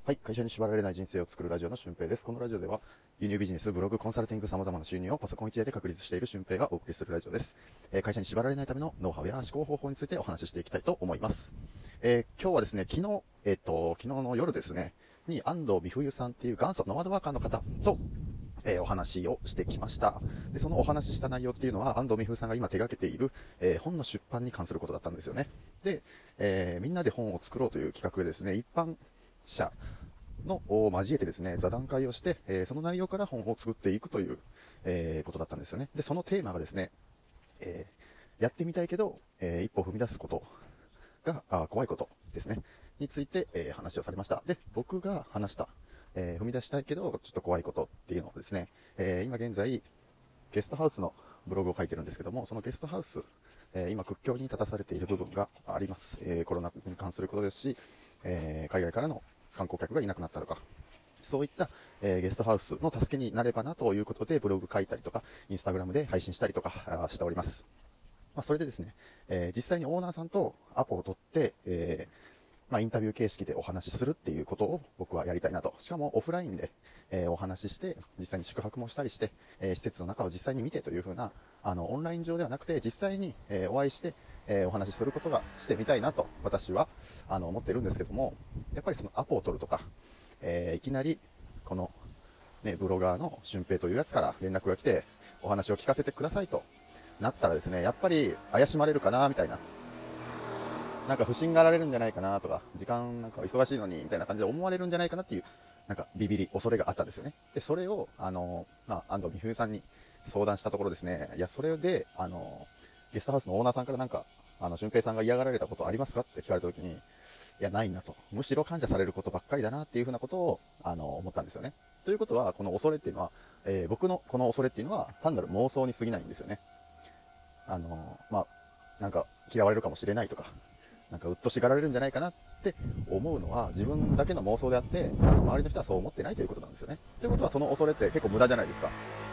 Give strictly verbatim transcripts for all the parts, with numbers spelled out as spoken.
はい、会社に縛られない人生を作るラジオの俊平です。このラジオでは、輸入ビジネス、ブログ、コンサルティング、様々な収入をパソコン一台で確立している俊平がお送りするラジオです。えー、会社に縛られないためのノウハウや思考方法についてお話ししていきたいと思います。えー、今日はですね、昨日、えっと、昨日の夜ですね、に安藤美冬さんっていう元祖ノマドワーカーの方と、えー、お話をしてきました。で、そのお話しした内容っていうのは、安藤美冬さんが今手掛けている、えー、本の出版に関することだったんですよね。で、えー、みんなで本を作ろうという企画でですね、一般社のを交えてですね、座談会をして、えー、その内容から本を作っていくという、えー、ことだったんですよね。で、そのテーマがですね、えー、やってみたいけど、えー、一歩踏み出すことが、あ怖いことですね、について、えー、話をされました。で、僕が話した、えー、踏み出したいけど、ちょっと怖いことっていうのをですね、えー、今現在、ゲストハウスのブログを書いてるんですけども、そのゲストハウス、えー、今屈強に立たされている部分があります。えー、コロナに関することですし、えー、海外からの観光客がいなくなったとか、そういった、えー、ゲストハウスの助けになればなということでブログ書いたりとか、インスタグラムで配信したりとかしております。まあ、それでですね、えー、実際にオーナーさんとアポを取って、えーまあ、インタビュー形式でお話しするっていうことを僕はやりたいなと。しかもオフラインで、えー、お話しして、実際に宿泊もしたりして、えー、施設の中を実際に見てという風な、あの、オンライン上ではなくて、実際に、えー、お会いして、えー、お話しすることがしてみたいなと、私は、あの、思ってるんですけども、やっぱりそのアポを取るとか、えー、いきなり、この、ね、ブロガーの俊平というやつから連絡が来て、お話を聞かせてくださいとなったらですね、やっぱり怪しまれるかな、みたいな。なんか不審がられるんじゃないかなとか、時間なんか忙しいのに、みたいな感じで思われるんじゃないかなっていう、なんかビビり、恐れがあったんですよね。で、それを、あの、まあ、安藤美冬さんに相談したところですね、いや、それで、あの、ゲストハウスのオーナーさんからなんか、あの、俊平さんが嫌がられたことありますかって聞かれたときに、いや、ないなと。むしろ感謝されることばっかりだなっていうふうなことを、あの、思ったんですよね。ということは、この恐れっていうのは、えー、僕のこの恐れっていうのは、単なる妄想に過ぎないんですよね。あの、まあ、なんか嫌われるかもしれないとか、なんかうっとしがられるんじゃないかなって思うのは自分だけの妄想であって、周りの人はそう思ってないということなんですよね。ということはその恐れって結構無駄じゃないですか。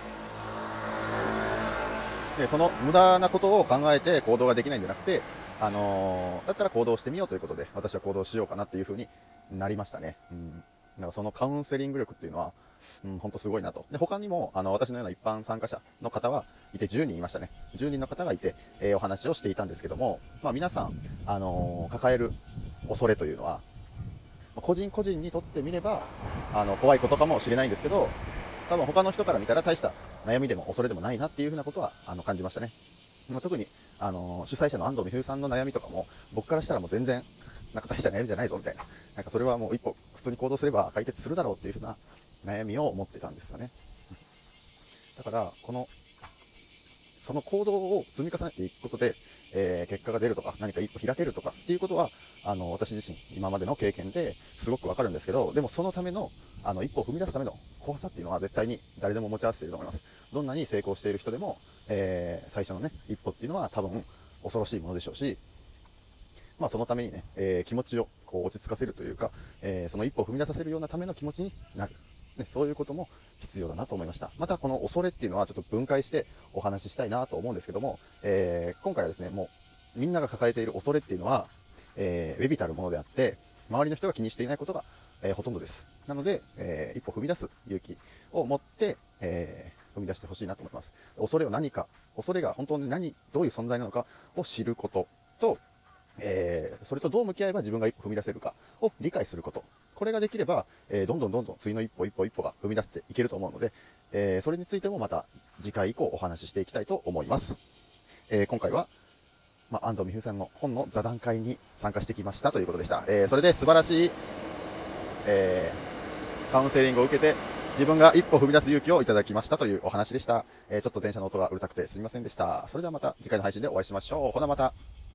で、その無駄なことを考えて行動ができないんじゃなくて、あのー、だったら行動してみようということで、私は行動しようかなっていう風になりましたね。うん。なんかそのカウンセリング力っていうのは、うん、ほんとすごいなと。で、他にも、あの、私のような一般参加者の方はいてじゅうにんいましたね。じゅうにんの方がいて、えー、お話をしていたんですけども、まあ皆さん、あのー、抱える恐れというのは、個人個人にとってみれば、あの、怖いことかもしれないんですけど、多分他の人から見たら大した悩みでも恐れでもないなっていうふうなことは、あの、感じましたね。まあ、特に、あのー、主催者の安藤美冬さんの悩みとかも、僕からしたらもう全然、なんか大した悩みじゃないぞみたいな。なんかそれはもう一歩普通に行動すれば解決するだろうっていうふうな悩みを持ってたんですよね。だから、この、その行動を積み重ねていくことで、えー、結果が出るとか、何か一歩開けるとかっていうことは、あの、私自身、今までの経験ですごくわかるんですけど、でもそのための、あの、一歩を踏み出すための怖さっていうのは絶対に誰でも持ち合わせていると思います。どんなに成功している人でも、えー、最初のね、一歩っていうのは多分、恐ろしいものでしょうし、まあそのためにね、えー、気持ちをこう落ち着かせるというか、えー、その一歩を踏み出させるようなための気持ちになる。ね、そういうことも必要だなと思いました。またこの恐れっていうのはちょっと分解してお話ししたいなと思うんですけども、えー、今回はですね、もうみんなが抱えている恐れっていうのは、えー、微々たるものであって、周りの人が気にしていないことが、えー、ほとんどです。なので、えー、一歩踏み出す勇気を持って、えー、踏み出してほしいなと思います。恐れを何か、恐れが本当に何、どういう存在なのかを知ることと、えー、それとどう向き合えば自分が一歩踏み出せるかを理解すること。これができれば、えー、どんどんどんどん次の一歩一歩一歩が踏み出せていけると思うので、えー、それについてもまた次回以降お話ししていきたいと思います。えー、今回は、まあ、安藤美冬さんの本の座談会に参加してきましたということでした。えー、それで素晴らしい、えー、カウンセリングを受けて、自分が一歩踏み出す勇気をいただきましたというお話でした。えー、ちょっと電車の音がうるさくてすみませんでした。それではまた次回の配信でお会いしましょう。ほなまた。